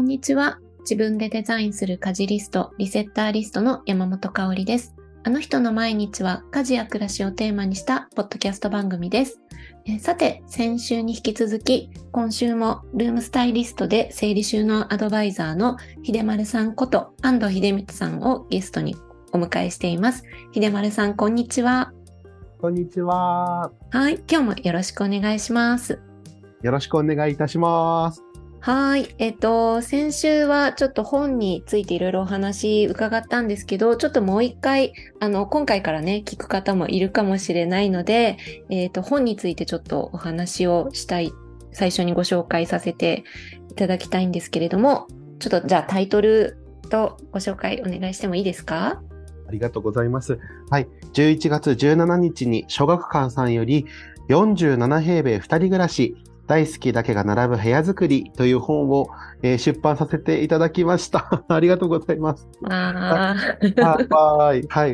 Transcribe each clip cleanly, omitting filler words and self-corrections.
にちは。自分でデザインする家事リスト、リセッターリストの山本香里です。あの人の毎日は家事や暮らしをテーマにしたポッドキャスト番組です。さて、先週に引き続き、今週もルームスタイリストで整理収納アドバイザーの秀丸さんこと安藤秀光さんをゲストにお迎えしています。秀丸さん、こんにちは。 こんにちは。 はい、今日もよろしくお願いします。 よろしくお願いいたします。 はい。先週はちょっと本についていろいろお話伺ったんですけど、ちょっともう一回、今回からね、聞く方もいるかもしれないので、本についてちょっとお話をしたい、最初にご紹介させていただきたいんですけれども、ちょっとじゃあタイトルとご紹介お願いしてもいいですか？ ありがとうございます。はい。11月17日に小学館さんより47平米2人暮らし、大好きだけが並ぶ部屋作りという本を、出版させていただきました。ありがとうございます。はい。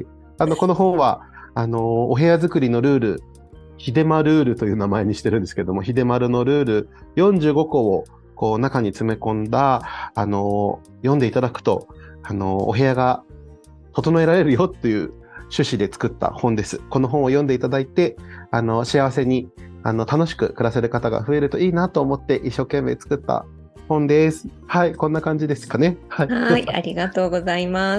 この本は、お部屋作りのルール、秀丸ルールという名前にしてるんですけども、秀丸のルール45個をこう中に詰め込んだ、読んでいただくと、お部屋が整えられるよっていう趣旨で作った本です。この本を読んでいただいて、幸せに楽しく暮らせる方が増えるといいなと思って一生懸命作った本です。はい、こんな感じですかね。 はい、ありがとうございます。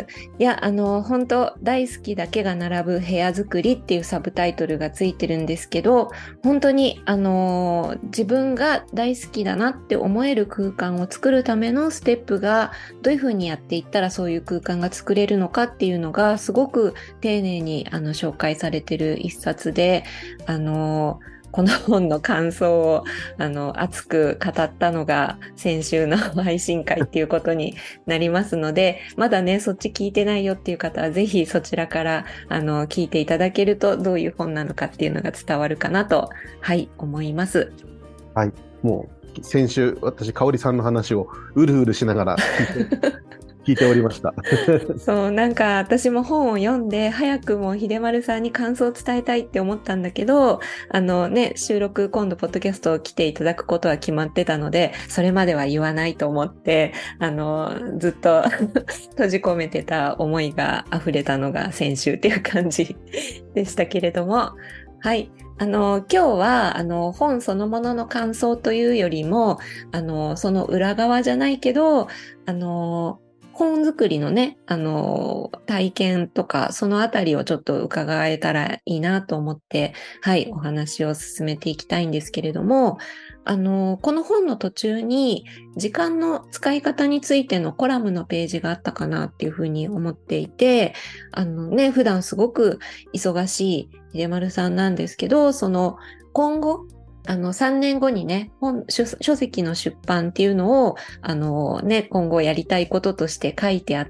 いや、本当大好きだけが並ぶ部屋作りっていうサブタイトルがついてるんですけど、本当に自分が大好きだなって思える空間を作るためのステップがどういうふうにやっていったらそういう空間が作れるのかっていうのがすごく丁寧に紹介されてる一冊で、この本の感想を熱く語ったのが先週の配信会っていうことになりますので、まだねそっち聞いてないよっていう方はぜひそちらから聞いていただけるとどういう本なのかっていうのが伝わるかなと思います。 はい、もう先週私香里さんの話をうるうるしながら聞いておりました。 そう、なんか私も本を読んで早くも秀丸さんに感想を伝えたいって思ったんだけど、収録今度ポッドキャストを来ていただくことは決まってたので、それまでは言わないと思って、ずっと閉じ込めてた思いが溢れたのが先週っていう感じでしたけれども、はい。今日は、本そのものの感想というよりも、その裏側じゃないけど、本作りのね、体験とか、そのあたりをちょっと伺えたらいいなと思って、お話を進めていきたいんですけれども、この本の途中に、時間の使い方についてのコラムのページがあったかなっていうふうに思っていて、普段すごく忙しい秀丸さんなんですけど、今後、3年後にね、書籍の出版っていうのを、今後やりたいこととして書いてあって、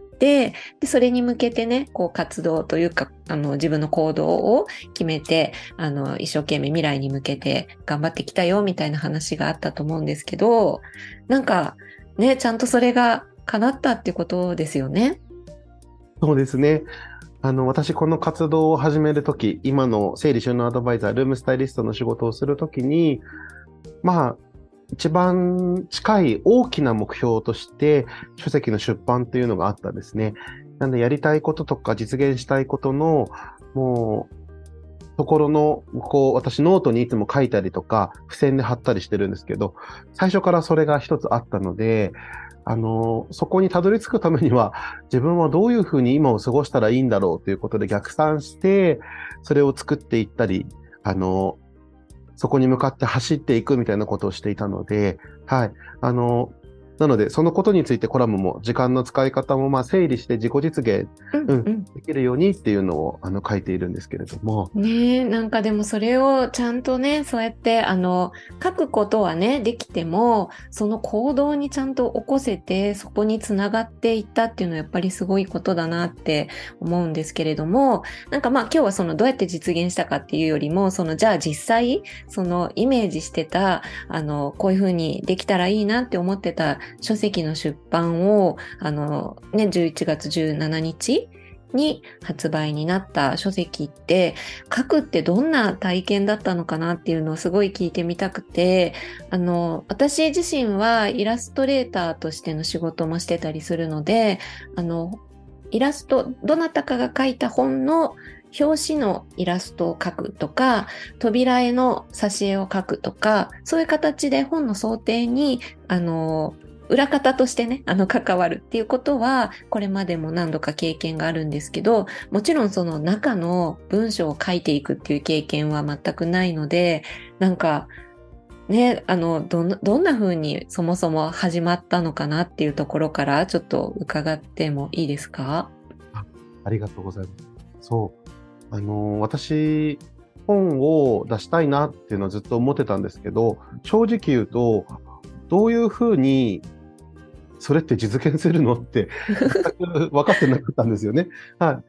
で、それに向けてね、こう活動というか、自分の行動を決めて、一生懸命未来に向けて頑張ってきたよ、みたいな話があったと思うんですけど、なんか、ね、ちゃんとそれが叶ったってことですよね。 そうですね。私この活動を始めるとき、今の整理収納アドバイザー、ルームスタイリストの仕事をするときに、一番近い大きな目標として書籍の出版っていうのがあったんですね。なのでやりたいこととか実現したいことの、もう、ところの、私ノートにいつも書いたりとか、付箋で貼ったりしてるんですけど、最初からそれが一つあったので、そこにたどり着くためには、自分はどういうふうに今を過ごしたらいいんだろうということで逆算して、それを作っていったり、そこに向かって走っていくみたいなことをしていたので、はい。なので、そのことについてコラムも、時間の使い方も整理して自己実現、できるようにっていうのを書いているんですけれども。 ねえ、なんかでもそれをちゃんとね、そうやって書くことはね、できても、その行動にちゃんと起こせて、そこにつながっていったっていうのはやっぱりすごいことだなって思うんですけれども、なんか今日はどうやって実現したかっていうよりも、じゃあ実際、イメージしてた、こういうふうにできたらいいなって思ってた書籍の出版を、11月17日に発売になった書籍って、書くってどんな体験だったのかなっていうのをすごい聞いてみたくて、私自身はイラストレーターとしての仕事もしてたりするので、イラスト、どなたかが書いた本の表紙のイラストを描くとか、扉絵の挿絵を描くとか、そういう形で本の装丁に、裏方としてね、関わるっていうことは、これまでも何度か経験があるんですけど、もちろんその中の文章を書いていくっていう経験は全くないので、なんか、ね、どんな風にそもそも始まったのかなっていうところからちょっと伺ってもいいですか？ ありがとうございます。そう。私、本を出したいなっていうのはずっと思ってたんですけど、正直言うと、どういうふうにそれって実現するのって全く分かってなかったんですよね。はい。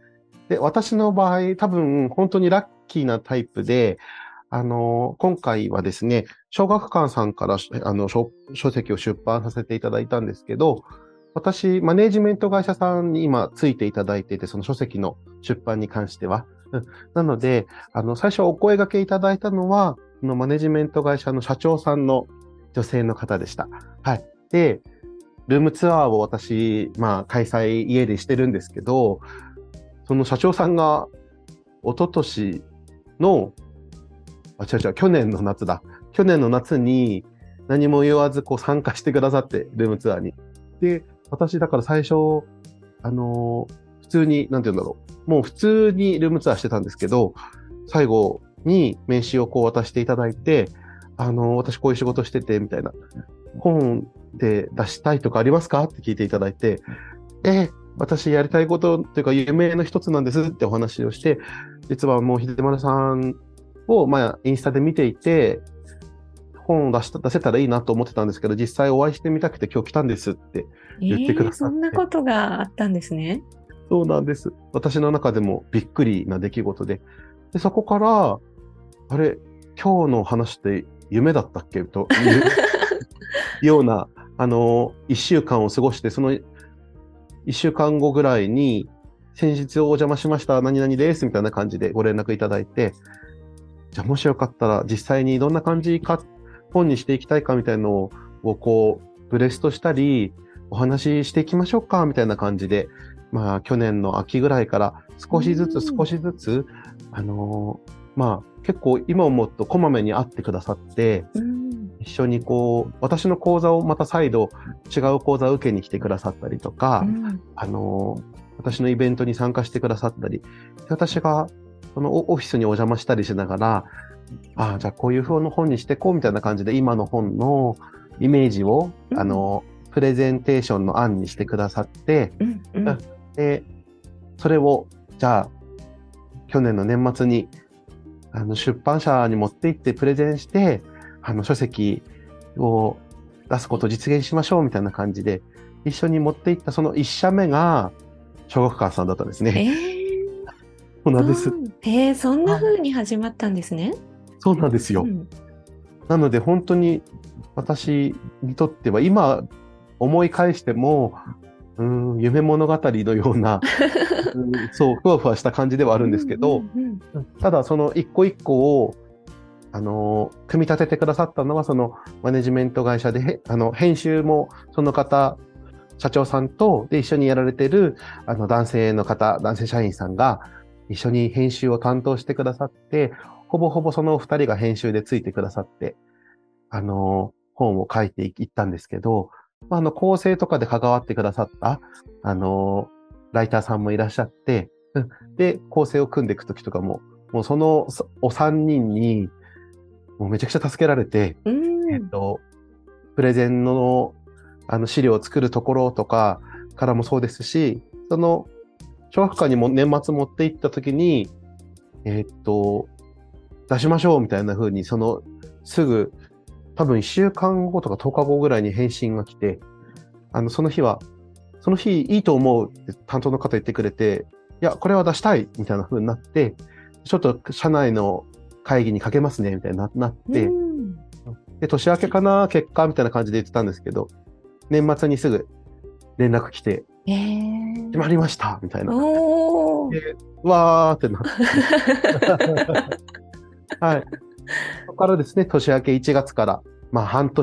で、私の場合、多分本当にラッキーなタイプで、今回はですね、小学館さんから書籍を出版させていただいたんですけど、私、マネージメント会社さんに今ついていただいていて、その書籍の出版に関しては。なので、最初お声掛けいただいたのは、マネジメント会社の社長さんの女性の方でした。はい。で、ルームツアーを私、開催家でしてるんですけど、その社長さんが、一昨年の、去年の夏だ。去年の夏に何も言わず参加してくださって、ルームツアーに。で、私だから最初、普通に、なんて言うんだろう。もう普通にルームツアーしてたんですけど、最後に名刺を渡していただいて、私こういう仕事してて、みたいな。本で出したいとかありますかって聞いていただいて、私やりたいことというか夢の一つなんですってお話をして、実はもう秀丸さんを、インスタで見ていて、本を出せたらいいなと思ってたんですけど、実際お会いしてみたくて今日来たんですって言ってくださって。 そんなことがあったんですね。 そうなんです。私の中でもびっくりな出来事で。で、そこから、あれ、今日の話って夢だったっけというような、一週間を過ごして、その一週間後ぐらいに、先日お邪魔しました、何々です、みたいな感じでご連絡いただいて、じゃあもしよかったら実際にどんな感じか、本にしていきたいかみたいなのをブレストしたり、お話ししていきましょうか、みたいな感じで、去年の秋ぐらいから少しずつ、結構今思うとこまめに会ってくださって、一緒に私の講座をまた再度違う講座を受けに来てくださったりとか、私のイベントに参加してくださったり、私がそのオフィスにお邪魔したりしながら、じゃあこういう風の本にしてこうみたいな感じで今の本のイメージを、プレゼンテーションの案にしてくださって、で、それを、じゃあ、去年の年末に、出版社に持って行ってプレゼンして、書籍を出すことを実現しましょうみたいな感じで、一緒に持って行ったその一社目が、小学館さんだったんですね。そうなんです。 そんな風に始まったんですね。 そうなんですよ。なので本当に私にとっては今思い返しても、夢物語のような、そう、ふわふわした感じではあるんですけど、ただその一個一個を、組み立ててくださったのはそのマネジメント会社で、編集もその方、社長さんとで一緒にやられてる男性社員さんが一緒に編集を担当してくださって、ほぼほぼその二人が編集でついてくださって、本を書いていったんですけど、構成とかで関わってくださった、ライターさんもいらっしゃって、で、構成を組んでいくときとかも、もうそのお三人に、もうめちゃくちゃ助けられて、プレゼンの資料を作るところとかからもそうですし、その、小学館にも年末持って行ったときに、出しましょうみたいな風に、すぐ、多分1週間後とか10日後ぐらいに返信が来て、その日いいと思うって担当の方言ってくれて、いや、これは出したいみたいな風になって、ちょっと社内の会議にかけますねみたいになって、で、年明けかな、結果みたいな感じで言ってたんですけど、年末にすぐ連絡来て、 決まりましたみたいな。 おー。 で、わーってなって。はい。そこからですね、年明け1月から、まあ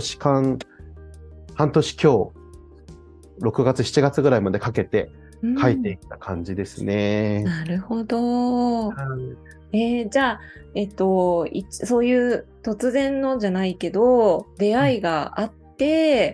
半年今日、6月、7月ぐらいまでかけて書いていった感じですね。 なるほど。 はい。 じゃあ、そういう突然のじゃないけど、出会いがあって、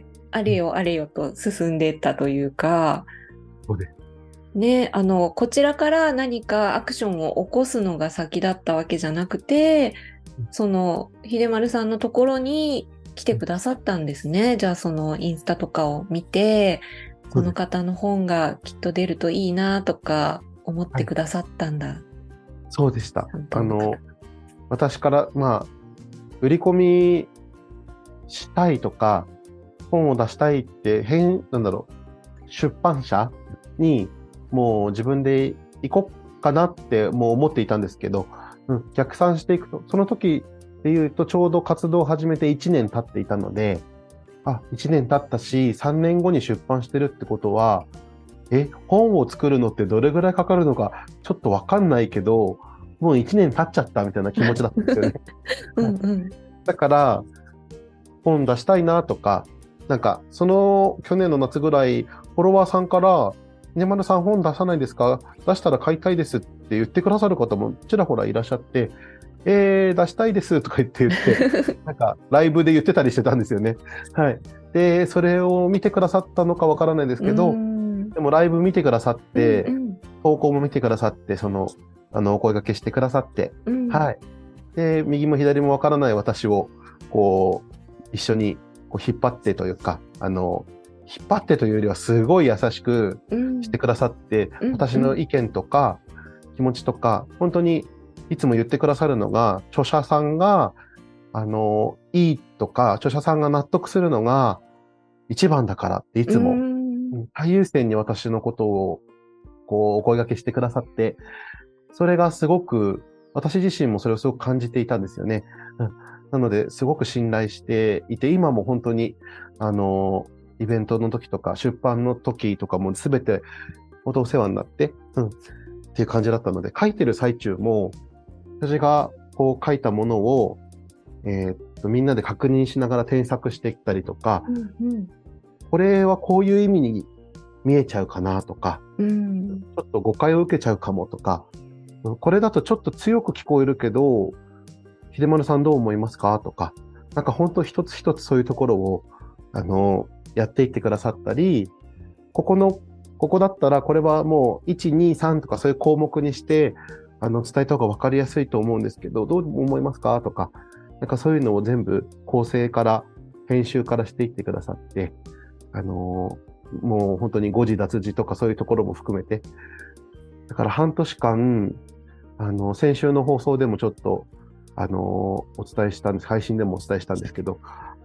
あれよあれよと進んでいったというか、 そうです。 ね、こちらから何かアクションを起こすのが先だったわけじゃなくて、秀丸さんのところに来てくださったんですね。じゃあ、そのインスタとかを見て、このそうです。 方の本がきっと出るといいなとか思っはい。 てくださったんだ。 そうでした。 担当の方。 私から、まあ、売り込みしたいとか、本を出したいって、なんだろう、出版社にもう自分で行こうかなってもう思っていたんですけど、逆算していくと、その時で言うとちょうど活動を始めて1年経っていたので、1年経ったし、3年後に出版してるってことは、本を作るのってどれぐらいかかるのかちょっとわかんないけど、もう1年経っちゃったみたいな気持ちだったんですよね。 うんうん。 だから、本出したいなとか、なんか、その去年の夏ぐらい、フォロワーさんから、ねまるさん本出さないですか？出したら買いたいですって言ってくださる方もちらほらいらっしゃって、出したいですとか言って、なんか、ライブで言ってたりしてたんですよね。はい。で、それを見てくださったのかわからないですうーけど、 ん。 でもライブ見てくださっうんうて、 ん。 投稿も見てくださって、お声掛けしてくださって、 うん。 はい。で、右も左もわからない私を、こう、一緒にこう引っ張ってというか、引っ張ってというよりはすごい優しくうんしてくださって、 うん私の意見とか気持ちとか、本当にいつも言ってくださるのが、著者さんが、いいとか、著者さんが納得するのが一番だからっていうつも、 ん。 最優先に私のことを、こう、お声掛けしてくださって、それがすごく、私自身もそれをすごく感じていたんですよね。なので、すごく信頼していて、今も本当に、イベントの時とか、出版の時とかもすべて、本当お世話になって、っていう感じだったので、書いてる最中も、私がこう書いたものを、みんなで確認しながら添削していったりとか、これはこういう意味に見えちゃうかなとか、ちょっと誤解を受けちゃうかもとか、これだとちょっと強く聞こえるけど、秀丸さんどう思いますかとか、なんか本当一つ一つそういうところを、やっていってくださったり、ここだったらこれはもう1、2、3とかそういう項目にして、伝えた方が分かりやすいと思うんですけど、どう思いますかとか、なんかそういうのを全部構成から、編集からしていってくださって、もう本当に誤字脱字とかそういうところも含めて、だから半年間、先週の放送でもちょっと、お伝えしたんです、配信でもお伝えしたんですけど、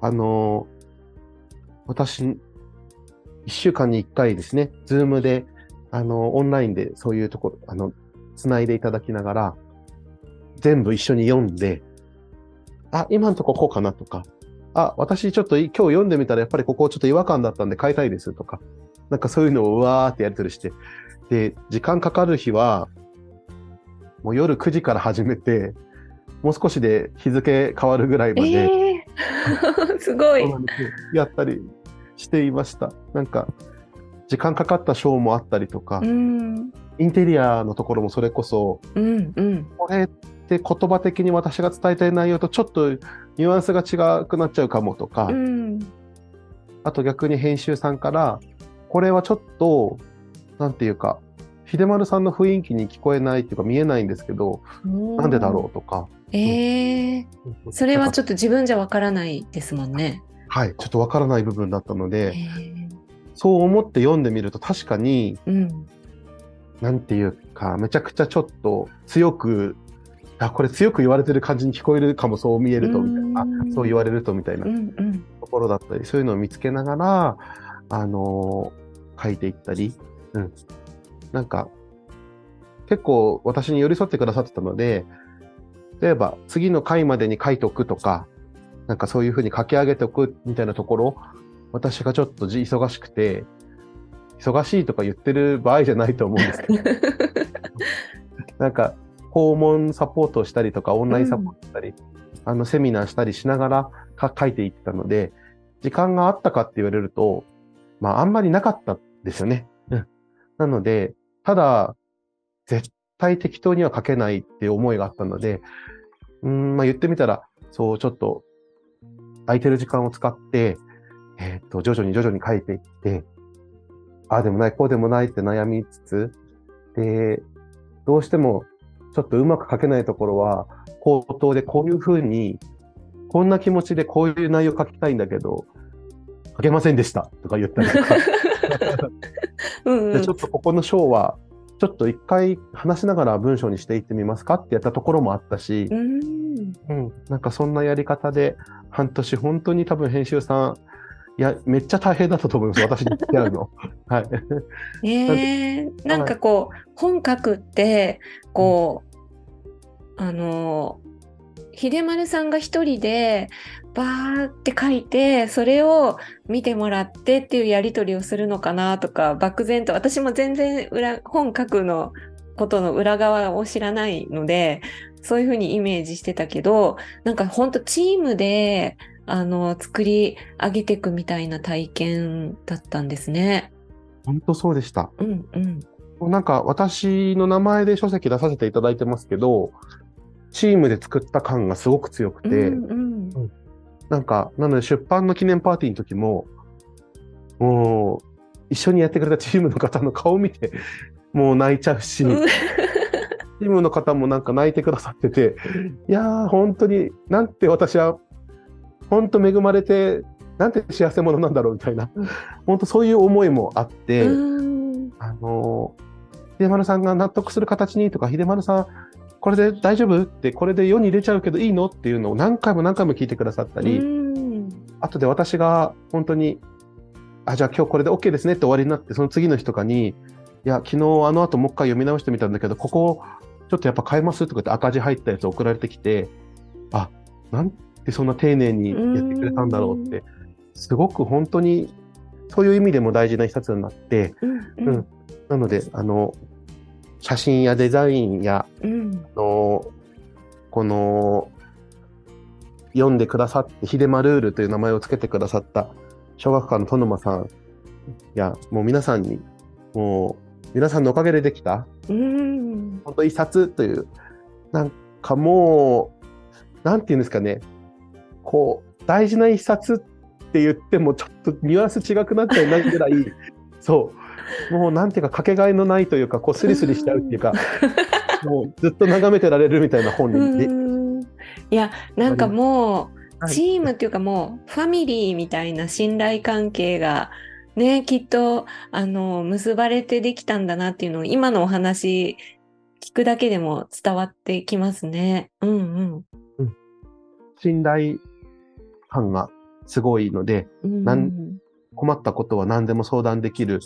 私、1週間に1回ですね、ズームで、オンラインでそういうところ、つないでいただきながら、全部一緒に読んで、今のとここうかなとか、私ちょっと今日読んでみたらやっぱりここちょっと違和感だったんで変えたいですとか、なんかそういうのをうわーってやり取りして、で、時間かかる日は、もう夜9時から始めて、もう少しで日付変わるぐらいまで、 すごい。 そうなんですよ。やったりしていました。なんか、時間かかった章もあったりとか、インテリアのところもそれこそ、これって言葉的に私が伝えたい内容とちょっとニュアンスが違くなっちゃうかもとか、あと逆に編集さんから、これはちょっと、なんていうか、秀丸さんの雰囲気に聞こえないっていうか見えないんですけど、なんでだろうとか。 それはちょっと自分じゃわからないですもんね。 はい、ちょっとわからない部分だったので、そう思って読んでみると確かに、なんていうか、めちゃくちゃちょっと強く、これ強く言われてる感じに聞こえるかも、そう見えるとみたいな、そう言われるとみたいなところだったり、そういうのを見つけながら、書いていったり、なんか、結構私に寄り添ってくださってたので、例えば次の回までに書いておくとか、なんかそういうふうに書き上げておくみたいなところ、私がちょっと忙しくて、 忙しいとか言ってる場合じゃないと思うんですけど、なんか訪問サポートをしたりとか、オンラインサポートしたり、セミナーしたりしながら書いていったので、時間があったかって言われると、まああんまりなかったんですよね。なので、ただ、絶対適当には書けないっていう思いがあったので、まあ言ってみたら、そうちょっと空いてる時間を使って、徐々に書いていって、ああでもない、こうでもないって悩みつつ、で、どうしてもちょっとうまく書けないところは、口頭でこういうふうに、こんな気持ちでこういう内容書きたいんだけど、書けませんでしたとか言ったりとか。でちょっとここの章は、ちょっと一回話しながら文章にしていってみますかってやったところもあったし、なんかそんなやり方で、半年本当に多分編集さん、いや、めっちゃ大変だったと思います。私にやるの。はい。 なんかこう、本書くって、こう、秀丸さんが一人でバーって書いて、それを見てもらってっていうやり取りをするのかなとか、漠然と、私も全然本書くのことの裏側を知らないので、そういうふうにイメージしてたけど、なんか本当チームで、作り上げていくみたいな体験だったんですね。 本当そうでした。なんか私の名前で書籍出させていただいてますけど、チームで作った感がすごく強くて、なんか、なので出版の記念パーティーの時も、もう、一緒にやってくれたチームの方の顔を見て、もう泣いちゃうし、チームの方もなんか泣いてくださってて、いやー、本当に、なんて私は、本当恵まれて、なんて幸せ者なんだろうみたいな、本当そういう思いもあって、秀丸さんが納得する形にとか、秀丸さん、これで大丈夫って、これで世に入れちゃうけどいいのっていうのを何回も聞いてくださったり、後で私が本当に、じゃあ今日これで OK ですねって終わりになって、その次の日とかに、いや、昨日あの後もう一回読み直してみたんだけど、ここちょっとやっぱ変えますとかって赤字入ったやつ送られてきて、なんてそんな丁寧にやってくれたんだろうって、すごく本当にそういう意味でも大事な一冊になって、なので、写真やデザインや、この、読んでくださって、秀丸ルールという名前をつけてくださった小学館の戸沼さんや、もう皆さんに、もう皆さんのおかげでできた、本当一冊という、なんかもう、なんていうんですかね、こう、大事な一冊って言ってもちょっとニュアンス違くなっちゃいないぐらい、そう、もうなんていうかかけがえのないというか、こうスリスリしちゃうっていうか、もうずっと眺めてられるみたいな本にいや、なんかもう、チームっていうかもう、ファミリーみたいな信頼関係が、ね、きっと、結ばれてできたんだなっていうのを、今のお話、聞くだけでも伝わってきますね。 信頼感がすごいので、困ったことは何でも相談できる、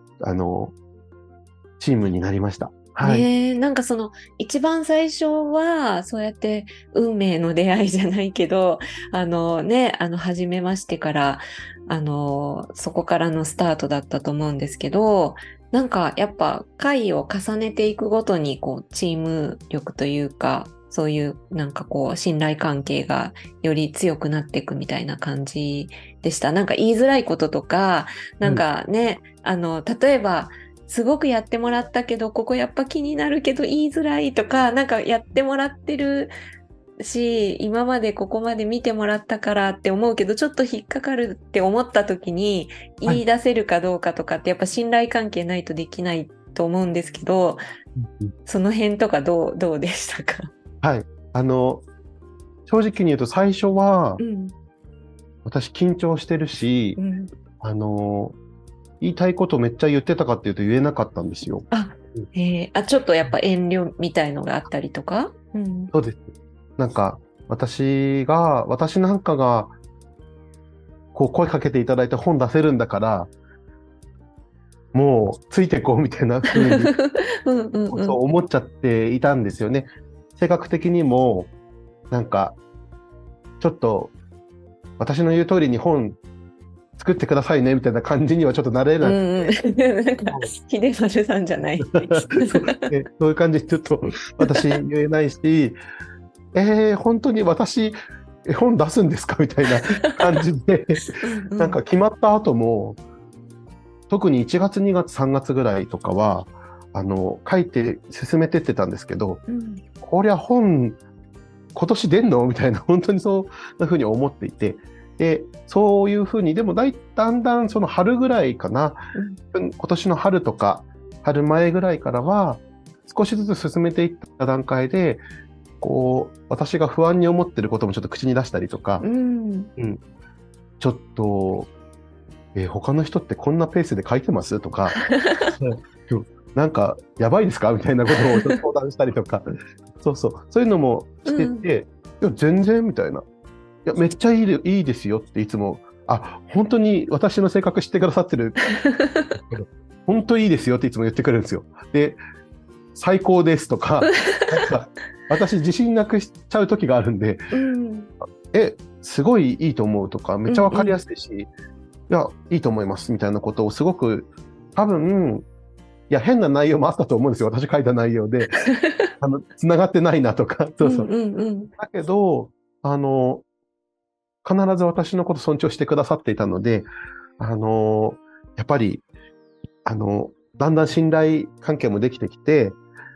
チームになりました。 なんかその一番最初はそうやって運命の出会いじゃないけど初めましてからそこからのスタートだったと思うんですけど、なんかやっぱ回を重ねていくごとにこうチーム力というか、そういうなんかこう信頼関係がより強くなっていくみたいな感じでした。なんか言いづらいこととか、なんかね、例えばすごくやってもらったけど、ここやっぱ気になるけど言いづらいとか、なんかやってもらってるし、今までここまで見てもらったからって思うけど、ちょっと引っかかるって思った時に言い出せるかどうかとかってやっぱ信頼関係ないとできないと思うんですけど、その辺とかどうでしたか？ はい。正直に言うと最初は、私緊張してるし、言いたいことめっちゃ言ってたかっていうと言えなかったんですよ。 ちょっとやっぱ遠慮みたいのがあったりとか？ そうです。なんか、私なんかが、こう声かけていただいて本出せるんだから、もうついてこうみたいな風にそう思っちゃっていたんですよね。性格的にも、なんか、ちょっと、私の言う通りに本作ってくださいねみたいな感じにはちょっとなれなくて、 なんか、秀丸さんじゃない。 そういう感じでちょっと私言えないし、本当に私、絵本出すんですかみたいな感じで、なんか決まった後も、特に1月、2月、3月ぐらいとかは、書いて進めてってたんですけど、こりゃ本、今年出んのみたいな、本当にそんな風に思っていて、で、そういう風に、でもだんだんその春ぐらいかな、今年の春とか、春前ぐらいからは、少しずつ進めていった段階で、私が不安に思ってることもちょっと口に出したりとか、ちょっと、他の人ってこんなペースで書いてますとか、なんかやばいですかみたいなことを相談したりとか、そういうのもしてて、いや全然みたいな、いやめっちゃいいですよっていつも、本当に私の性格知ってくださってる本当いいですよっていつも言ってくれるんですよ。で、最高ですとか、なんか私自信なくしちゃう時があるんで、すごいいいと思うとか、めっちゃわかりやすいし、いや、いいと思いますみたいなことをすごく、多分、いや、変な内容もあったと思うんですよ。私書いた内容で。繋がってないなとか。だけど、必ず私のこと尊重してくださっていたので、やっぱり、だんだん信頼関係もできてきて、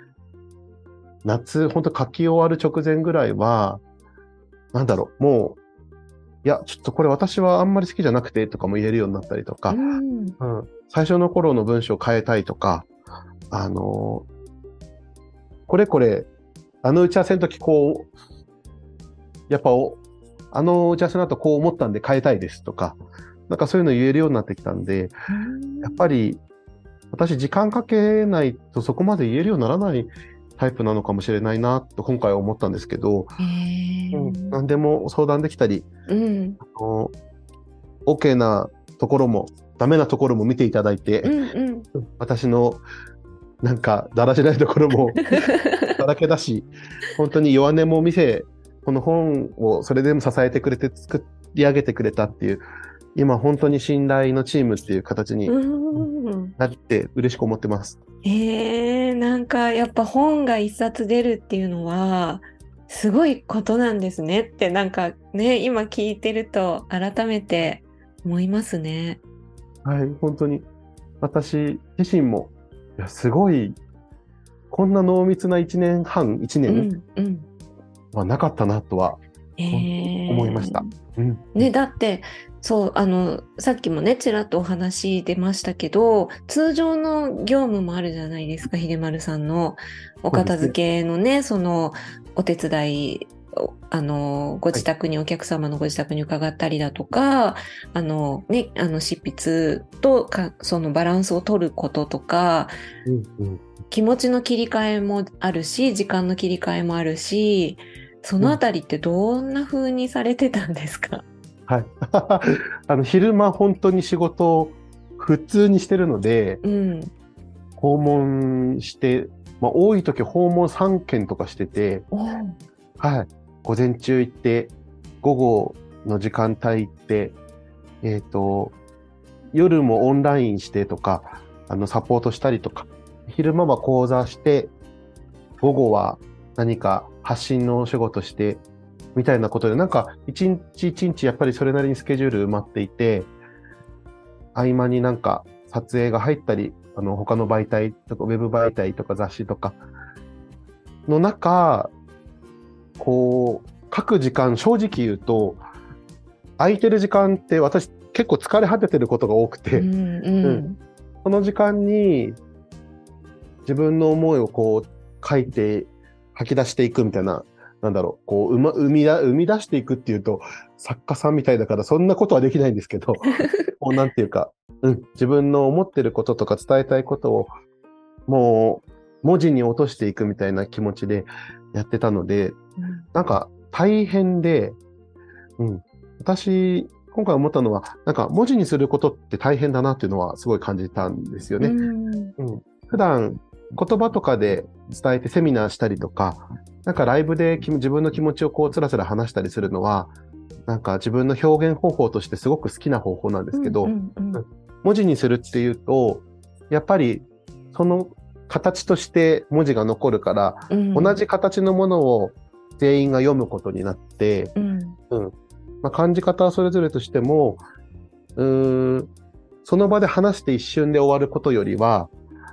夏、本当書き終わる直前ぐらいは、もう、いや、ちょっとこれ私はあんまり好きじゃなくてとかも言えるようになったりとか、最初の頃の文章を変えたいとか、これ、打ち合わせの時やっぱ打ち合わせの後こう思ったんで変えたいですとか、なんかそういうの言えるようになってきたんで、やっぱり私時間かけないとそこまで言えるようにならないタイプなのかもしれないなと今回は思ったんですけど、何でも相談できたり、OK なところもダメなところも見ていただいて、私のなんかだらしないところもだらけだし、本当に弱音も見せ、この本をそれでも支えてくれて作り上げてくれたっていう、今本当に信頼のチームっていう形になって嬉しく思ってます。 なんかやっぱ本が一冊出るっていうのはすごいことなんですねってなんかね、今聞いてると改めて思いますね。 はい、本当に私自身もすごいこんな濃密な1年半1年はなかったなとは思いました。 ね、だってそうさっきもねちらっとお話出ましたけど、通常の業務もあるじゃないですか、秀丸さんのお片付けのね、そのお手伝いご自宅に、お客様のご自宅に伺ったりだとか、執筆とそのバランスを取ることとか、気持ちの切り替えもあるし、時間の切り替えもあるし、そのあたりってどんな風にされてたんですか？ はい。昼間本当に仕事を普通にしてるので、訪問して、多い時訪問3件とかしてて、はい。午前中行って、午後の時間帯行って、夜もオンラインしてとか、サポートしたりとか、昼間は講座して、午後は何か発信のお仕事して、みたいなことで、なんか一日一日やっぱりそれなりにスケジュール埋まっていて、合間になんか撮影が入ったり、他の媒体とか、ウェブ媒体とか雑誌とかの中、書く時間、正直言うと、空いてる時間って私結構疲れ果ててることが多くて、その時間に自分の思いを書いて吐き出していくみたいな、生み出していくっていうと作家さんみたいだからそんなことはできないんですけど、なんていうか、自分の思ってることとか伝えたいことをもう文字に落としていくみたいな気持ちでやってたので、なんか大変で、私今回思ったのは、なんか文字にすることって大変だなっていうのはすごい感じたんですよね。普段言葉とかで伝えてセミナーしたりとか、なんかライブで自分の気持ちをつらつら話したりするのは、 なんか自分の表現方法としてすごく好きな方法なんですけど、文字にするっていうと、やっぱりその形として文字が残るから、同じ形のものを全員が読むことになって、まあ、感じ方はそれぞれとしても、その場で話して一瞬で終わることよりは、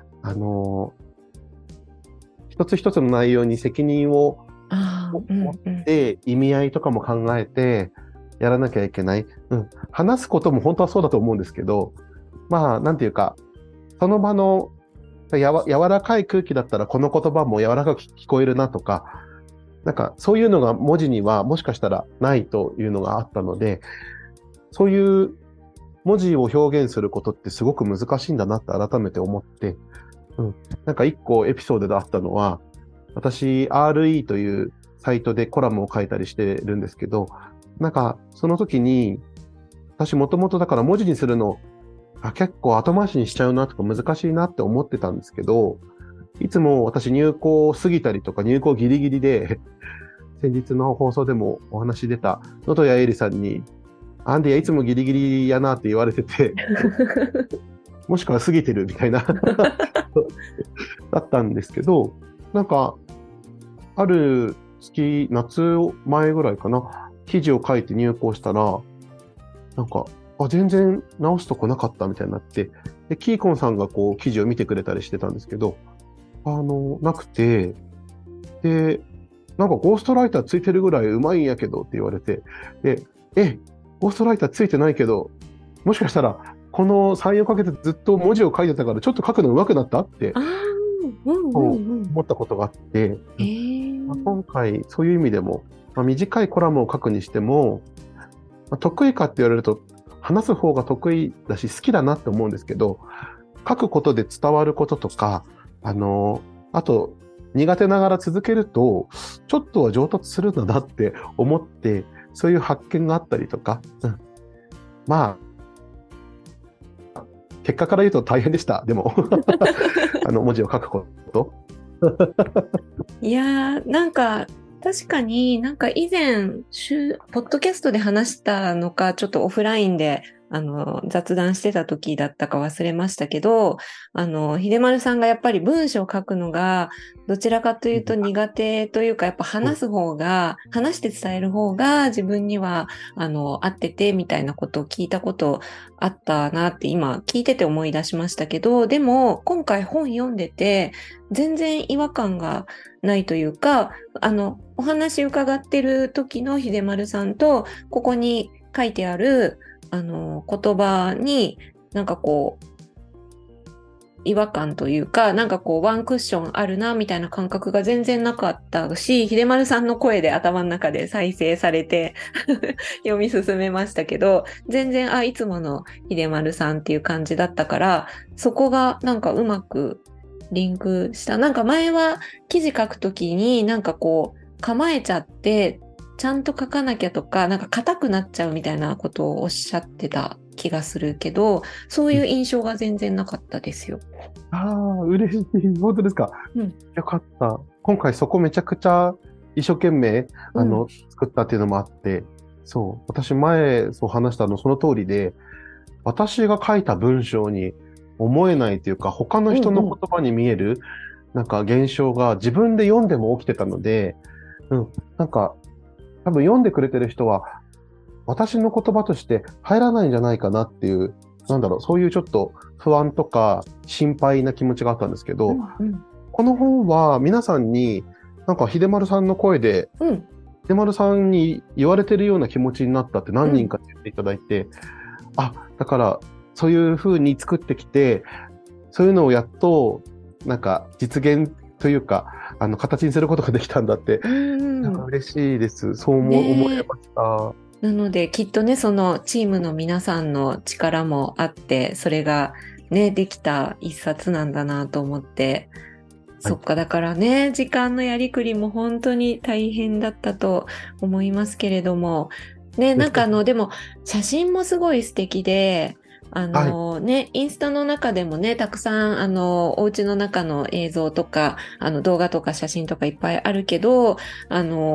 一つ一つの内容に責任を持って意味合いとかも考えてやらなきゃいけない。話すことも本当はそうだと思うんですけど、まあ、なんていうか、その場の柔らかい空気だったらこの言葉も柔らかく聞こえるなとか、なんかそういうのが文字にはもしかしたらないというのがあったので、そういう文字を表現することってすごく難しいんだなって改めて思って、なんか一個エピソードであったのは、私 RE というサイトでコラムを書いたりしてるんですけど、なんかその時に私もともとだから文字にするの結構後回しにしちゃうなとか難しいなって思ってたんですけど、いつも私入校を過ぎたりとか入校ギリギリで先日の放送でもお話出た野戸谷絵里さんにアンディはいつもギリギリやなって言われててもしくは過ぎてるみたいなだったんですけど、なんかある夏前ぐらいかな、記事を書いて入校したら、なんか全然直すとこなかったみたいになって、でキーコンさんがこう記事を見てくれたりしてたんですけど、なくて、で、なんかゴーストライターついてるぐらいうまいんやけどって言われて、で、ゴーストライターついてないけど、もしかしたらこの3、4ヶ月ずっと文字を書いてたからちょっと書くの上手くなったって思ったことがあって、今回そういう意味でも、短いコラムを書くにしても、得意かって言われると話す方が得意だし好きだなって思うんですけど、書くことで伝わることとか、あと苦手ながら続けるとちょっとは上達するんだなって思って、そういう発見があったりとか、まあ結果から言うと大変でした。でも文字を書くこといやー、なんか確かになんか以前ポッドキャストで話したのか、ちょっとオフラインで雑談してた時だったか忘れましたけど、秀丸さんがやっぱり文章を書くのがどちらかというと苦手というか、やっぱ話して伝える方が自分には合っててみたいなことを聞いたことあったなって今聞いてて思い出しましたけど、でも今回本読んでて全然違和感がないというか、お話伺ってる時の秀丸さんとここに書いてある言葉になんかこう違和感というか、なんかこうワンクッションあるなみたいな感覚が全然なかったし、秀丸さんの声で頭の中で再生されて読み進めましたけど、全然いつもの秀丸さんっていう感じだったから、そこがなんかうまくリンクした。なんか前は記事書くときになんかこう構えちゃってちゃんと書かなきゃとか、なんか硬くなっちゃうみたいなことをおっしゃってた気がするけど、そういう印象が全然なかったですよ。 嬉しい。本当ですか。よかった。今回そこめちゃくちゃ一生懸命作ったっていうのもあって、そう、私前そう話したその通りで、私が書いた文章に思えないというか、他の人の言葉に見えるなんか現象が自分で読んでも起きてたので、なんか多分読んでくれてる人は私の言葉として入らないんじゃないかなっていう、そういうちょっと不安とか心配な気持ちがあったんですけど、この本は皆さんになんか秀丸さんの声で、秀丸さんに言われてるような気持ちになったって何人か言っていただいて、だからそういう風に作ってきて、そういうのをやっとなんか実現というか形にすることができたんだって、なんか嬉しいです。そう思えました。 なのできっとね、そのチームの皆さんの力もあって、それがねできた一冊なんだなと思って、そっか、だからね、時間のやりくりも本当に大変だったと思いますけれどもね、なんかでも写真もすごい素敵で、インスタの中でもね、たくさんお家の中の映像とか動画とか写真とかいっぱいあるけど、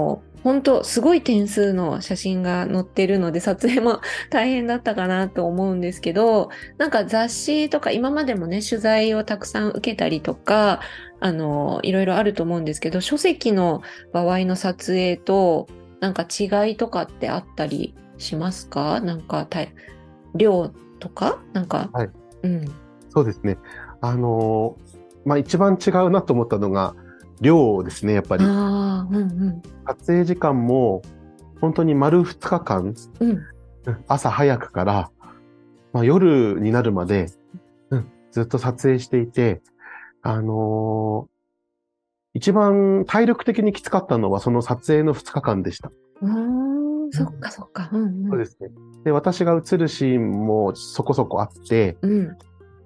本当すごい点数の写真が載ってるので、撮影も大変だったかなと思うんですけど、なんか雑誌とか今までもね、取材をたくさん受けたりとか、いろいろあると思うんですけど、書籍の場合の撮影と、なんか違いとかってあったりしますか？なんか量とかなんか、 はい。 うん。 そうですね。一番違うなと思ったのが、量ですね、やっぱり。 ああ、うんうん。 撮影時間も、本当に丸2日間、 うん。 朝早くから、夜になるまで、ずっと撮影していて、あのー一番体力的にきつかったのはその撮影の2日間でした。 そっかそっか。うんうん。 そうですね。で、私が映るシーンもそこそこあって、 うん。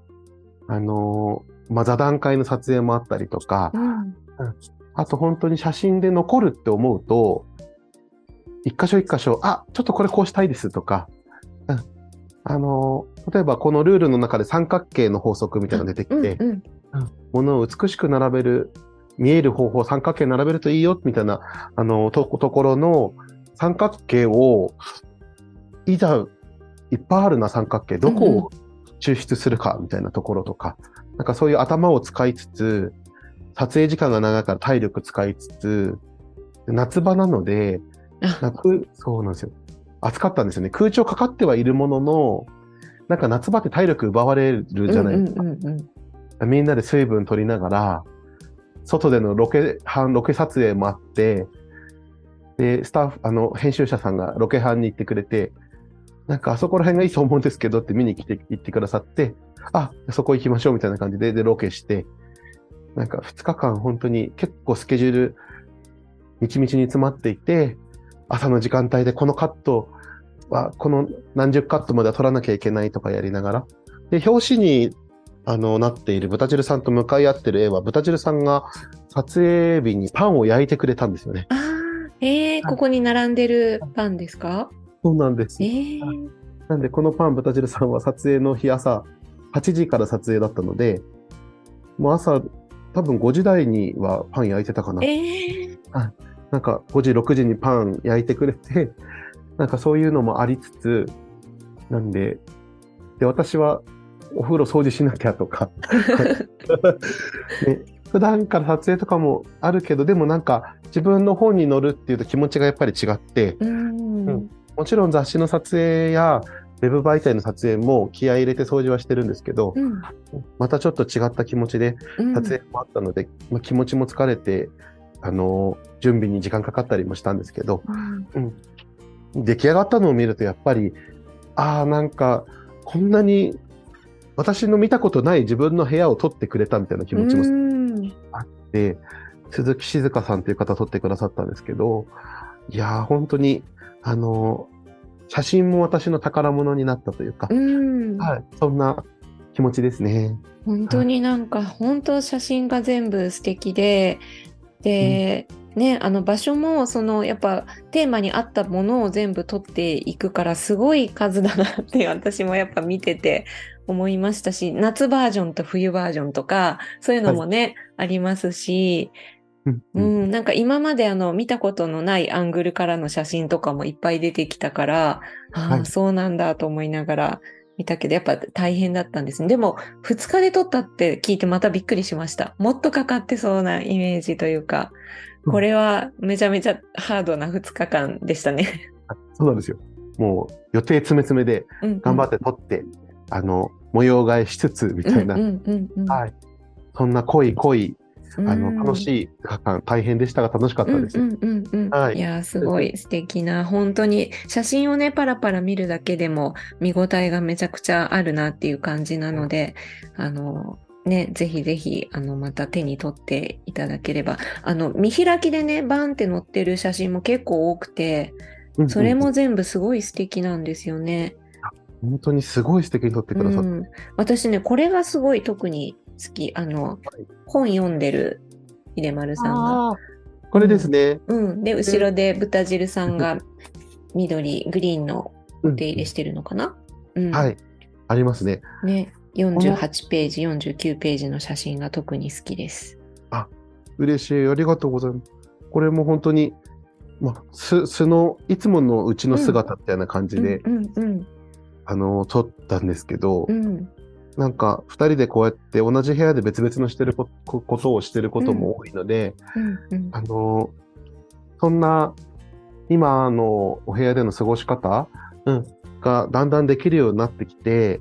座談会の撮影もあったりとか、 うん。 あと本当に写真で残るって思うと、一箇所一箇所、ちょっとこれこうしたいですとか、例えばこのルールの中で三角形の法則みたいなのが出てきて、 うんうん。 物を美しく並べる、見える方法、三角形並べるといいよ、みたいな、ところの三角形を、いざいっぱいあるな三角形、どこを抽出するか、みたいなところとか、なんかそういう頭を使いつつ、撮影時間が長いから体力使いつつ、夏場なので、そうなんですよ。暑かったんですよね。空調かかってはいるものの、なんか夏場って体力奪われるじゃないですか。みんなで水分取りながら、外でのロケ撮影もあって、で、スタッフ、編集者さんがロケ班に行ってくれて、なんかあそこら辺がいいと思うんですけどって見に行ってくださって、そこ行きましょうみたいな感じで、ロケして、なんか2日間本当に結構スケジュール、みちみちに詰まっていて、朝の時間帯でこのカットは、この何十カットまでは撮らなきゃいけないとかやりながら、で、表紙になっている豚汁さんと向かい合ってる絵は、豚汁さんが撮影日にパンを焼いてくれたんですよね。 ここに並んでるパンですか？ そうなんです。なんで、このパン、豚汁さんは撮影の日朝8時から撮影だったので、もう朝、多分5時台にはパン焼いてたかな。なんか5時、6時にパン焼いてくれて、なんかそういうのもありつつ、なんで、私はお風呂掃除しなきゃとか、ね、普段から撮影とかもあるけど、でもなんか自分の本に載るっていうと気持ちがやっぱり違って、もちろん雑誌の撮影やウェブ媒体の撮影も気合い入れて掃除はしてるんですけど、またちょっと違った気持ちで撮影もあったので、気持ちも疲れて、準備に時間かかったりもしたんですけど、出来上がったのを見るとやっぱり、なんかこんなに私の見たことない自分の部屋を撮ってくれたみたいな気持ちもあって、鈴木静香さんという方撮ってくださったんですけど、いやー本当に写真も私の宝物になったというか、そんな気持ちですね。 本当になんか、本当写真が全部素敵で、場所もやっぱテーマに合ったものを全部撮っていくからすごい数だなって私もやっぱ見てて思いましたし、夏バージョンと冬バージョンとかそういうのもね、ありますし、なんか今まで見たことのないアングルからの写真とかもいっぱい出てきたから、そうなんだと思いながら見たけど、やっぱ大変だったんですね。でも2日で撮ったって聞いてまたびっくりしました。もっとかかってそうなイメージというか、これはめちゃめちゃハードな2日間でしたね。 そうなんですよ。もう予定詰め詰めで頑張って撮って、模様替えしつつみたいな、そんな濃い楽しい2日間、大変でしたが楽しかったです。 いや、すごい素敵な、本当に写真をね、パラパラ見るだけでも見応えがめちゃくちゃあるなっていう感じなので、ぜひぜひ、また手に取っていただければ、見開きでね、バンって載ってる写真も結構多くて、それも全部すごい素敵なんですよね。 本当にすごい素敵に撮ってくださって。 私ね、これがすごい特に好き。本読んでる秀丸さんが。 これですね。 で、後ろで豚汁さんが緑、グリーンのお手入れしてるのかな？ はい。ありますね。 ね、48ページ、49ページの写真が特に好きです。 嬉しい。ありがとうございます。これも本当に、 素の、いつものうちのうん、 姿みたいな感じうん、 で、 うん、うん、 撮ったんですけど、 うん、 なんか、二人でこうやって同じ部屋で別々のしてることをしてるこうん、 とも多いので、 うん、うん、 あの、そんな、今のお部屋での過ごし方、うん、がだんだんできるようになってきて、 うん、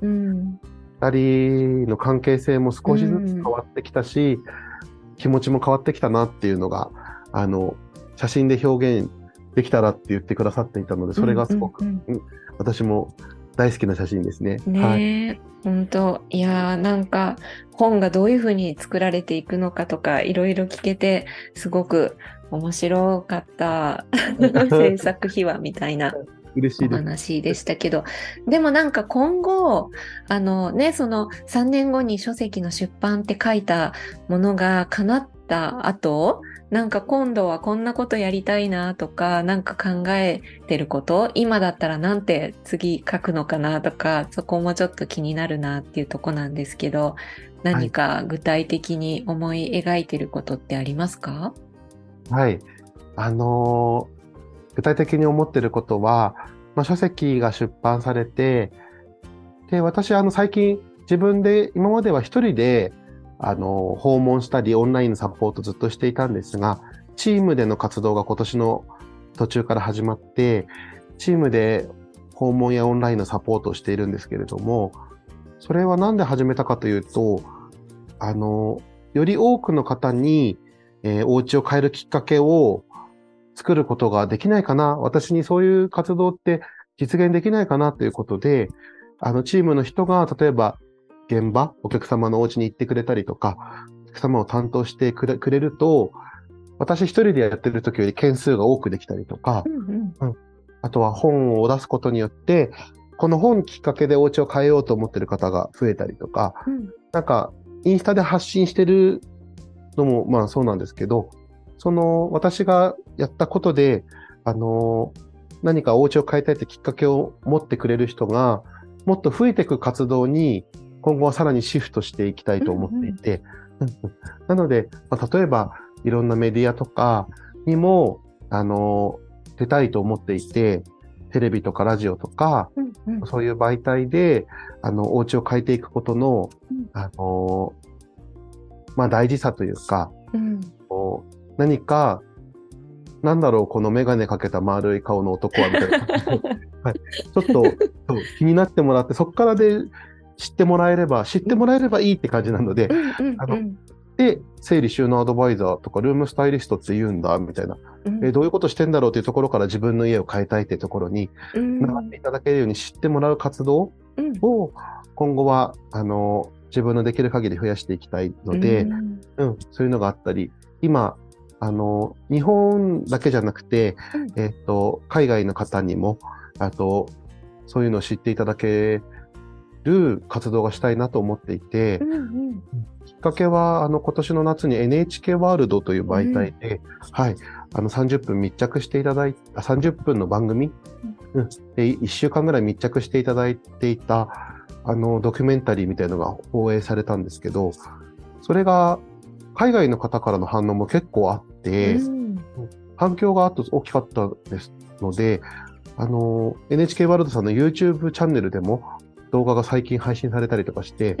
二人の関係性もう少しずつ変ん、 わってきたし、気持ちも変わってきたなっていうのが、あの、写真で表現できたらって言ってくださっていたので、それうん、うん、 がすごく、 うん。 私も大好きな写真ですね。はい。 ねえ、本当。いやー、なんか本がどういうふうに作られていくのかとか、いろいろ聞けて、すごく面白かった制作秘話みたいなお嬉しいです。 話でしたけど、でもなんか今後、その3年後に書籍の出版って書いたものが叶った後、なんか今度はこんなことやりたいなとか、なんか考えてること、今だったらなんて次書くのかなとか、そこもちょっと気になるなっていうとこなんですけど、何はい。 か具体的に思い描いてることってありますか？ はい。あのー具体的に思ってることは、書籍が出版されて、で、私、最近、自分で、今までは一人で、訪問したり、オンラインのサポートずっとしていたんですが、チームでの活動が今年の途中から始まって、チームで訪問やオンラインのサポートをしているんですけれども、それはなんで始めたかというと、より多くの方に、お家を変えるきっかけを作ることができないかな、私にそういう活動って実現できないかなということで、チームの人が、例えば、現場、お客様のお家に行ってくれたりとか、お客様を担当してくれると、私一人でやってる時より件数が多くできたりとか、 うんうん。 うん、あとは本を出すことによって、この本きっかけでお家を変えようと思ってる方が増えたりとか、 うん。 なんか、インスタで発信してるのも、まあそうなんですけど、私がやったことで、あの、何かお家を変えたいってきっかけを持ってくれる人が、もっと増えていく活動に、今後はさらにシフトしていきたいうんと思っうん。 ていて、なので、例えば、いろんなメディアとかにも、出たいと思っていて、テレビとかラジオとか、 うんうん。 そういう媒体で、お家を変えていくことの、 うん。 あの、大事さというか、 うん。 何か、なんだろう、このメガネかけた丸い顔の男は、みたいな感じで、はい、ちょっとそう気になってもらって、そこからで知ってもらえればいいって感じなので、 うんうんあの、 うん。 で、整理収納アドバイザーとか、ルームスタイリストって言うんだ、みたいな。 うん。 どういうことしてんだろうというところから自分の家を変えたいっていうところに、 うつながってん。 いただけるように知ってもらう活動うん。 を、今後は、自分のできる限り増やしていきたいうので、 ん。 そういうのがあったり、今、日本だけじゃなくて、 うん。 海外の方にも、あと、そういうのを知っていただける活動がしたいなと思っていて、 うんきっかけは、今年の夏に NHK ワールドという媒うん。 体で、はい、30分密着していただいた、30分の番組、で、1週間ぐらい密着していただいていた、ドキュメンタリーみたいなのが放映されたんですけど、それが、海外の方からの反応も結構あっうて、 ん。 反響が大きかったですので、NHK ワールドさんの YouTube チャンネルでも動画が最近配信されたりとかして、 うん。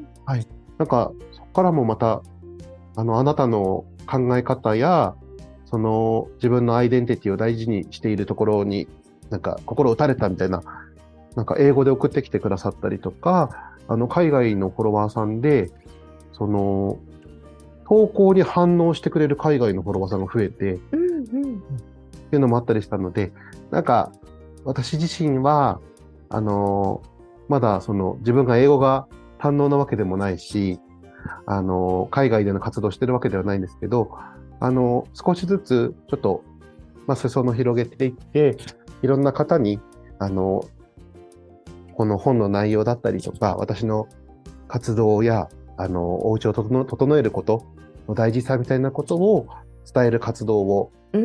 はい。なんか、そこからもまた、あなたの考え方や、自分のアイデンティティを大事にしているところに、なんか、心打たれたみたいな、なんか、英語で送ってきてくださったりとか、海外のフォロワーさんで、その、投稿に反応してくれる海外のフォロワーさんが増えて、っうんうん。 ていうのもあったりしたので、なんか、私自身は、あの、まだ自分が英語が堪能なわけでもないし、海外での活動してるわけではないんですけど、少しずつ、ちょっと、裾野を広げていって、いろんな方に、この本の内容だったりとか、私の活動や、お家を整えることの大事さみたいなことを伝える活動を、 うん。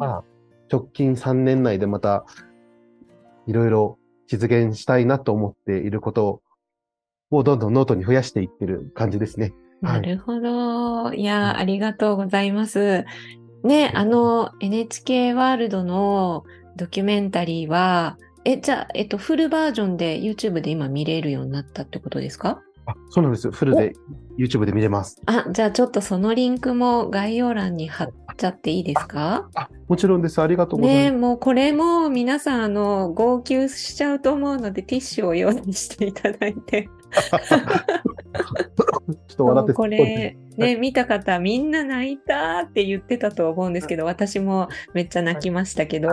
まあ、直近3年内でまた、いろいろ実現したいなと思っていることをどんどんノートに増やしていってる感じですね。はい。 なるほど。いやー、 うん、 ありがとうございます。 ね、NHK ワールドのドキュメンタリーは、じゃあ、フルバージョンで YouTube で今見れるようになったってことですか？ そうなんです。フルで YouTube で見れます。 じゃあちょっとそのリンクも概要欄に貼っちゃっていいですか？ もちろんです。ありがとうございね、 ます。 もうこれも皆さん、号泣しちゃうと思うので、ティッシュを用意していただいて。 ちょっと笑ってこれ、ね、見た方、みんな泣いたって言ってたと思うんですけど、私もめっちゃ泣きましたけど。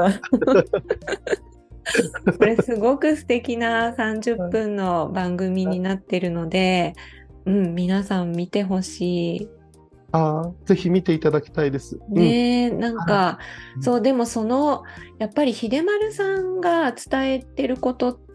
これすごく素敵な30分の番組になってるので、皆さん見てほしい。 ぜひ見ていただきたいです。 ね、なんか、そう、でもやっぱり秀丸さんが伝えてることって、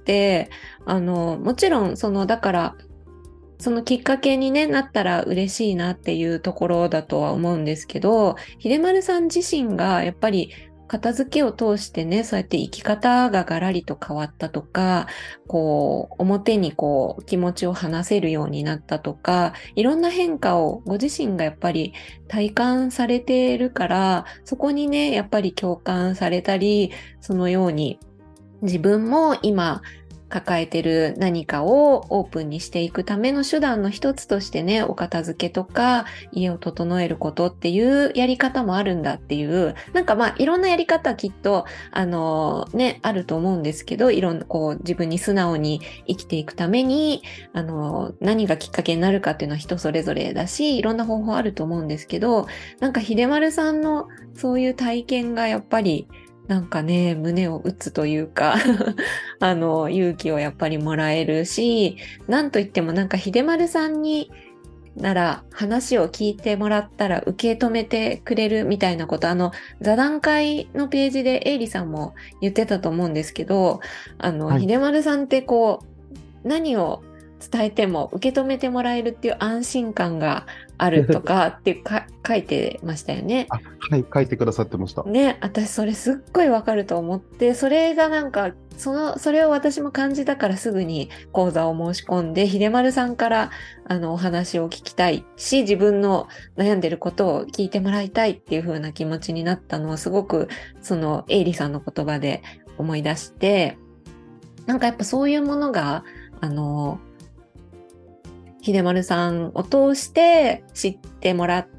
もちろん、だから、そのきっかけに、なったら嬉しいなっていうところだとは思うんですけど、秀丸さん自身がやっぱり片付けを通してね、そうやって生き方がガラリと変わったとか、表に気持ちを話せるようになったとか、いろんな変化をご自身がやっぱり体感されているから、そこにね、やっぱり共感されたり、そのように自分も今、抱えてる何かをオープンにしていくための手段の一つとしてね、お片付けとか家を整えることっていうやり方もあるんだっていう、なんかいろんなやり方きっと、あると思うんですけど、いろんな自分に素直に生きていくために、何がきっかけになるかっていうのは人それぞれだし、いろんな方法あると思うんですけど、なんか秀丸さんのそういう体験がやっぱりなんかね、胸を打つというか勇気をやっぱりもらえるし、なんといってもなんか秀丸さんになら話を聞いてもらったら受け止めてくれるみたいなこと、座談会のページでエイリさんも言ってたと思うんですけど、秀丸さんって何を伝えても受け止めてもらえるっていう安心感があるとかって書いてましたよね。 はい、書いてくださってました。 ね、私それすっごいわかると思って、それがなんか、それを私も感じたからすぐに講座を申し込んで、秀丸さんからお話を聞きたいし、自分の悩んでることを聞いてもらいたいっていう風な気持ちになったのをすごく、エイリさんの言葉で思い出して、なんかやっぱそういうものが、秀丸さんを通して知ってもらって、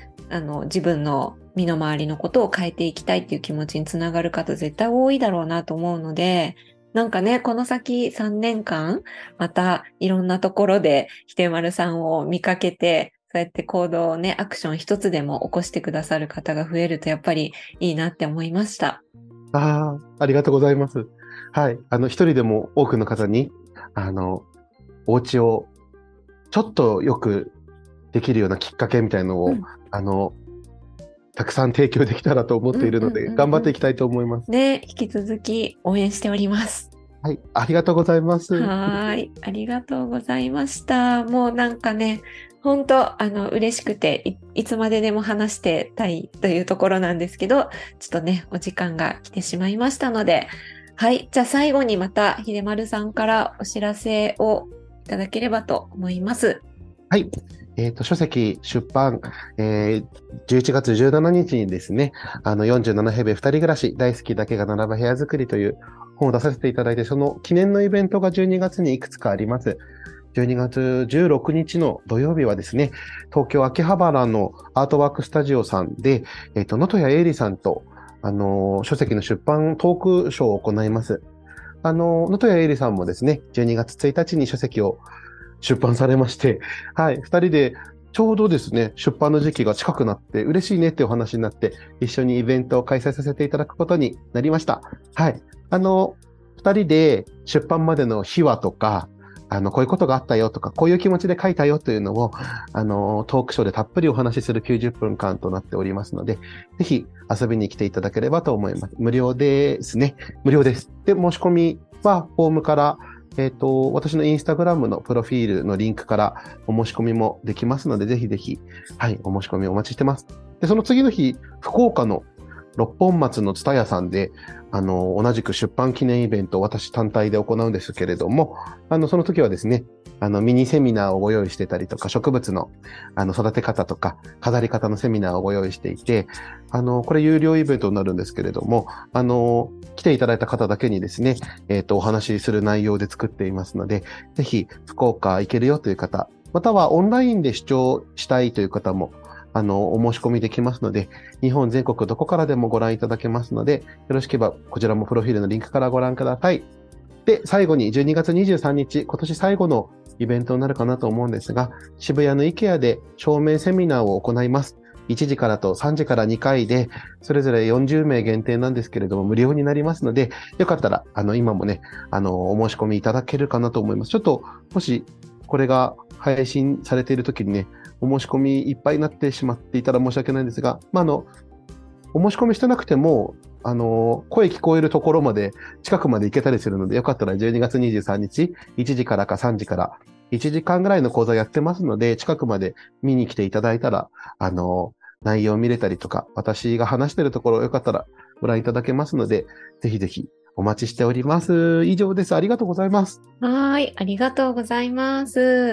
自分の身の回りのことを変えていきたいっていう気持ちにつながる方絶対多いだろうなと思うので、なんかね、この先3年間、またいろんなところで秀丸さんを見かけて、そうやって行動をね、アクション一つでも起こしてくださる方が増えるとやっぱりいいなって思いました。 ありがとうございます。はい。一人でも多くの方に、お家をちょっとよくできるようなきっかけみたいのを、たくさん提供できたらと思っているので、頑張っていきたいと思います。 ね、引き続き応援しております。 はい、ありがとうございます。 はい、ありがとうございました。もうなんかね、本当嬉しくていつまででも話してたいというところなんですけど、ちょっとね、お時間が来てしまいましたので、はい、じゃあ最後にまた秀丸さんからお知らせをいただければと思います。 はい。書籍出版、11月17日にですね、47平米2人暮らし、大好きだけが並ぶ部屋作りという本を出させていただいて、その記念のイベントが12月にいくつかあります。12月16日の土曜日はですね、東京秋葉原のアートワークスタジオさんで、能登谷英里さんと、書籍の出版トークショーを行います。能登谷英里さんもですね、12月1日に書籍を出版されまして、はい、二人でちょうどですね、出版の時期が近くなって嬉しいねってお話になって、一緒にイベントを開催させていただくことになりました。はい。二人で出版までの秘話とか、こういうことがあったよとか、こういう気持ちで書いたよというのを、トークショーでたっぷりお話しする90分間となっておりますので、ぜひ遊びに来ていただければと思います。無料ですね。無料です。で、申し込みはフォームから、私のインスタグラムのプロフィールのリンクからお申し込みもできますので、ぜひぜひ、はい、お申し込みお待ちしてます。で、その次の日、福岡の、 六本松の蔦屋さんで、同じく出版記念イベントを私単体で行うんですけれども、その時はですね、ミニセミナーをご用意してたりとか、植物の、育て方とか、飾り方のセミナーをご用意していて、これ有料イベントになるんですけれども、来ていただいた方だけにですね、お話しする内容で作っていますので、ぜひ、福岡行けるよという方、またはオンラインで視聴したいという方も、お申し込みできますので、日本全国どこからでもご覧いただけますので、よろしければこちらもプロフィールのリンクからご覧ください。で、最後に12月23日、今年最後のイベントになるかなと思うんですが、渋谷の IKEA で証明セミナーを行います。1時からと3時から2回で、それぞれ40名限定なんですけれども、無料になりますので、よかったら、今もね、お申し込みいただけるかなと思います。ちょっと、もし、これが配信されている時にね、お申し込みいっぱいになってしまっていたら申し訳ないんですが、お申し込みしてなくても、声聞こえるところまで、近くまで行けたりするので、よかったら12月23日、1時からか3時から、1時間ぐらいの講座やってますので、近くまで見に来ていただいたら、内容を見れたりとか、私が話しているところよかったらご覧いただけますので、ぜひぜひお待ちしております。以上です。ありがとうございます。 はい、ありがとうございます。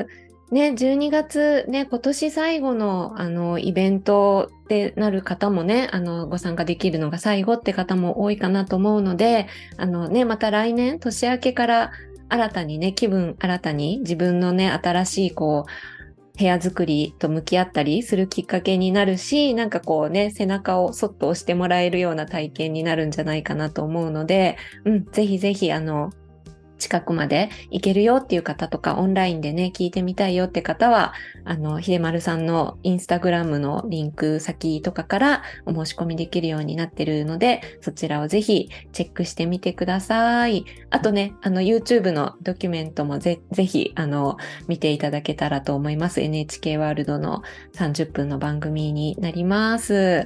ね、12月ね、今年最後のイベントってなる方もね、ご参加できるのが最後って方も多いかなと思うので、また来年、年明けから新たにね、気分新たに自分のね、新しい部屋作りと向き合ったりするきっかけになるし、なんか背中をそっと押してもらえるような体験になるんじゃないかなと思うので、ぜひぜひ近くまで行けるよっていう方とか、オンラインでね、聞いてみたいよって方は、秀丸さんのインスタグラムのリンク先とかからお申し込みできるようになってるので、そちらをぜひチェックしてみてください。あとね、YouTube のドキュメントもぜひ、見ていただけたらと思います。NHK ワールドの30分の番組になります。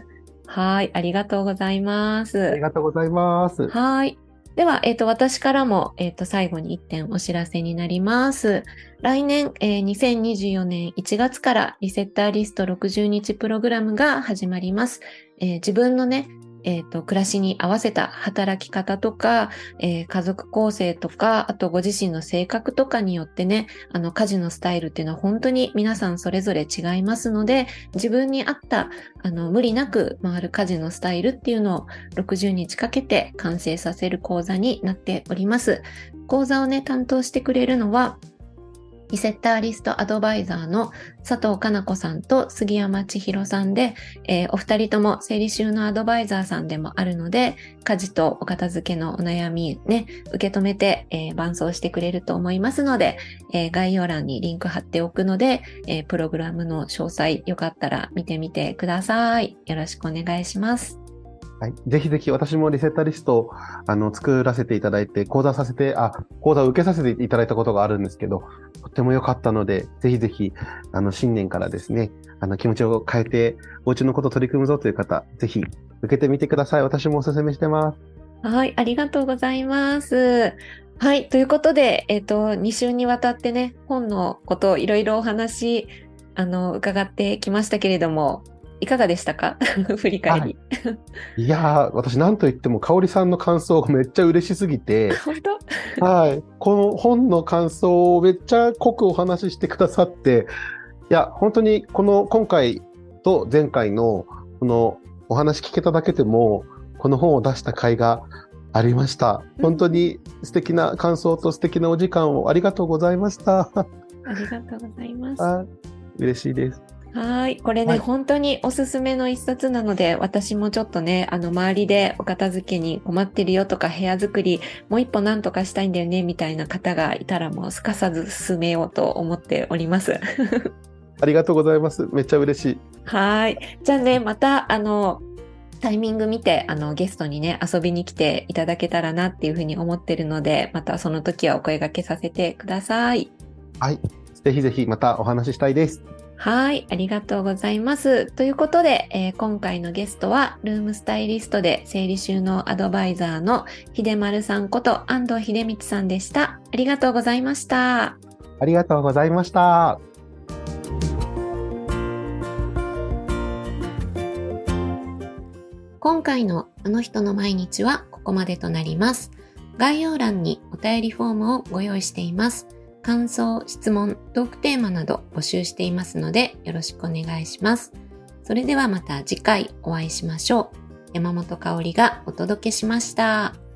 はい、ありがとうございます。 ありがとうございます。 はい。では、私からも、最後に1点お知らせになります。来年、2024年1月からリセッターリスト60日プログラムが始まります。自分のね、暮らしに合わせた働き方とか、家族構成とか、あとご自身の性格とかによってね、家事のスタイルっていうのは本当に皆さんそれぞれ違いますので、自分に合った、無理なく回る家事のスタイルっていうのを60日かけて完成させる講座になっております。講座をね、担当してくれるのは、リセッターリストアドバイザーの佐藤かな子さんと杉山千尋さんで、お二人とも整理収納アドバイザーさんでもあるので、家事とお片付けのお悩みね、受け止めて、伴走してくれると思いますので、概要欄にリンク貼っておくので、プログラムの詳細よかったら見てみてください。よろしくお願いします。 はい。ぜひぜひ私もリセッターリストを作らせていただいて、講座を受けさせていただいたことがあるんですけど、とっても良かったので、ぜひぜひ、新年からですね、気持ちを変えて、お家のこと取り組むぞという方、ぜひ受けてみてください。私もお勧めしてます。 はい、ありがとうございます。はい、ということで、2週にわたってね、本のことをいろいろお話、伺ってきましたけれども、いかがでしたか？振り返り。 いやー、私なんと言っても、香織さんの感想がめっちゃ嬉しすぎて、 本当？ はい。この本の感想をめっちゃ濃くお話ししてくださって、いや、本当に今回と前回のこのお話聞けただけでも、この本を出した甲斐がありました。本当に素敵な感想と素敵なお時間をありがとうございました。 ありがとうございます。 嬉しいです。 はい。これね、本当におすすめの一冊なので、私もちょっとね、周りでお片付けに困ってるよとか、部屋作り、もう一歩なんとかしたいんだよね、みたいな方がいたらもうすかさず進めようと思っております。 ありがとうございます。めっちゃ嬉しい。 はい。じゃあね、また、タイミング見て、ゲストにね、遊びに来ていただけたらなっていうふうに思ってるので、またその時はお声掛けさせてください。 はい。ぜひぜひまたお話ししたいです。 はい、ありがとうございます。ということで、今回のゲストは、ルームスタイリストで整理収納アドバイザーの秀丸さんこと安藤秀道さんでした。ありがとうございました。 ありがとうございました。 今回のあの人の毎日はここまでとなります。概要欄にお便りフォームをご用意しています。感想、質問、トークテーマなど募集していますのでよろしくお願いします。それではまた次回お会いしましょう。山本香織がお届けしました。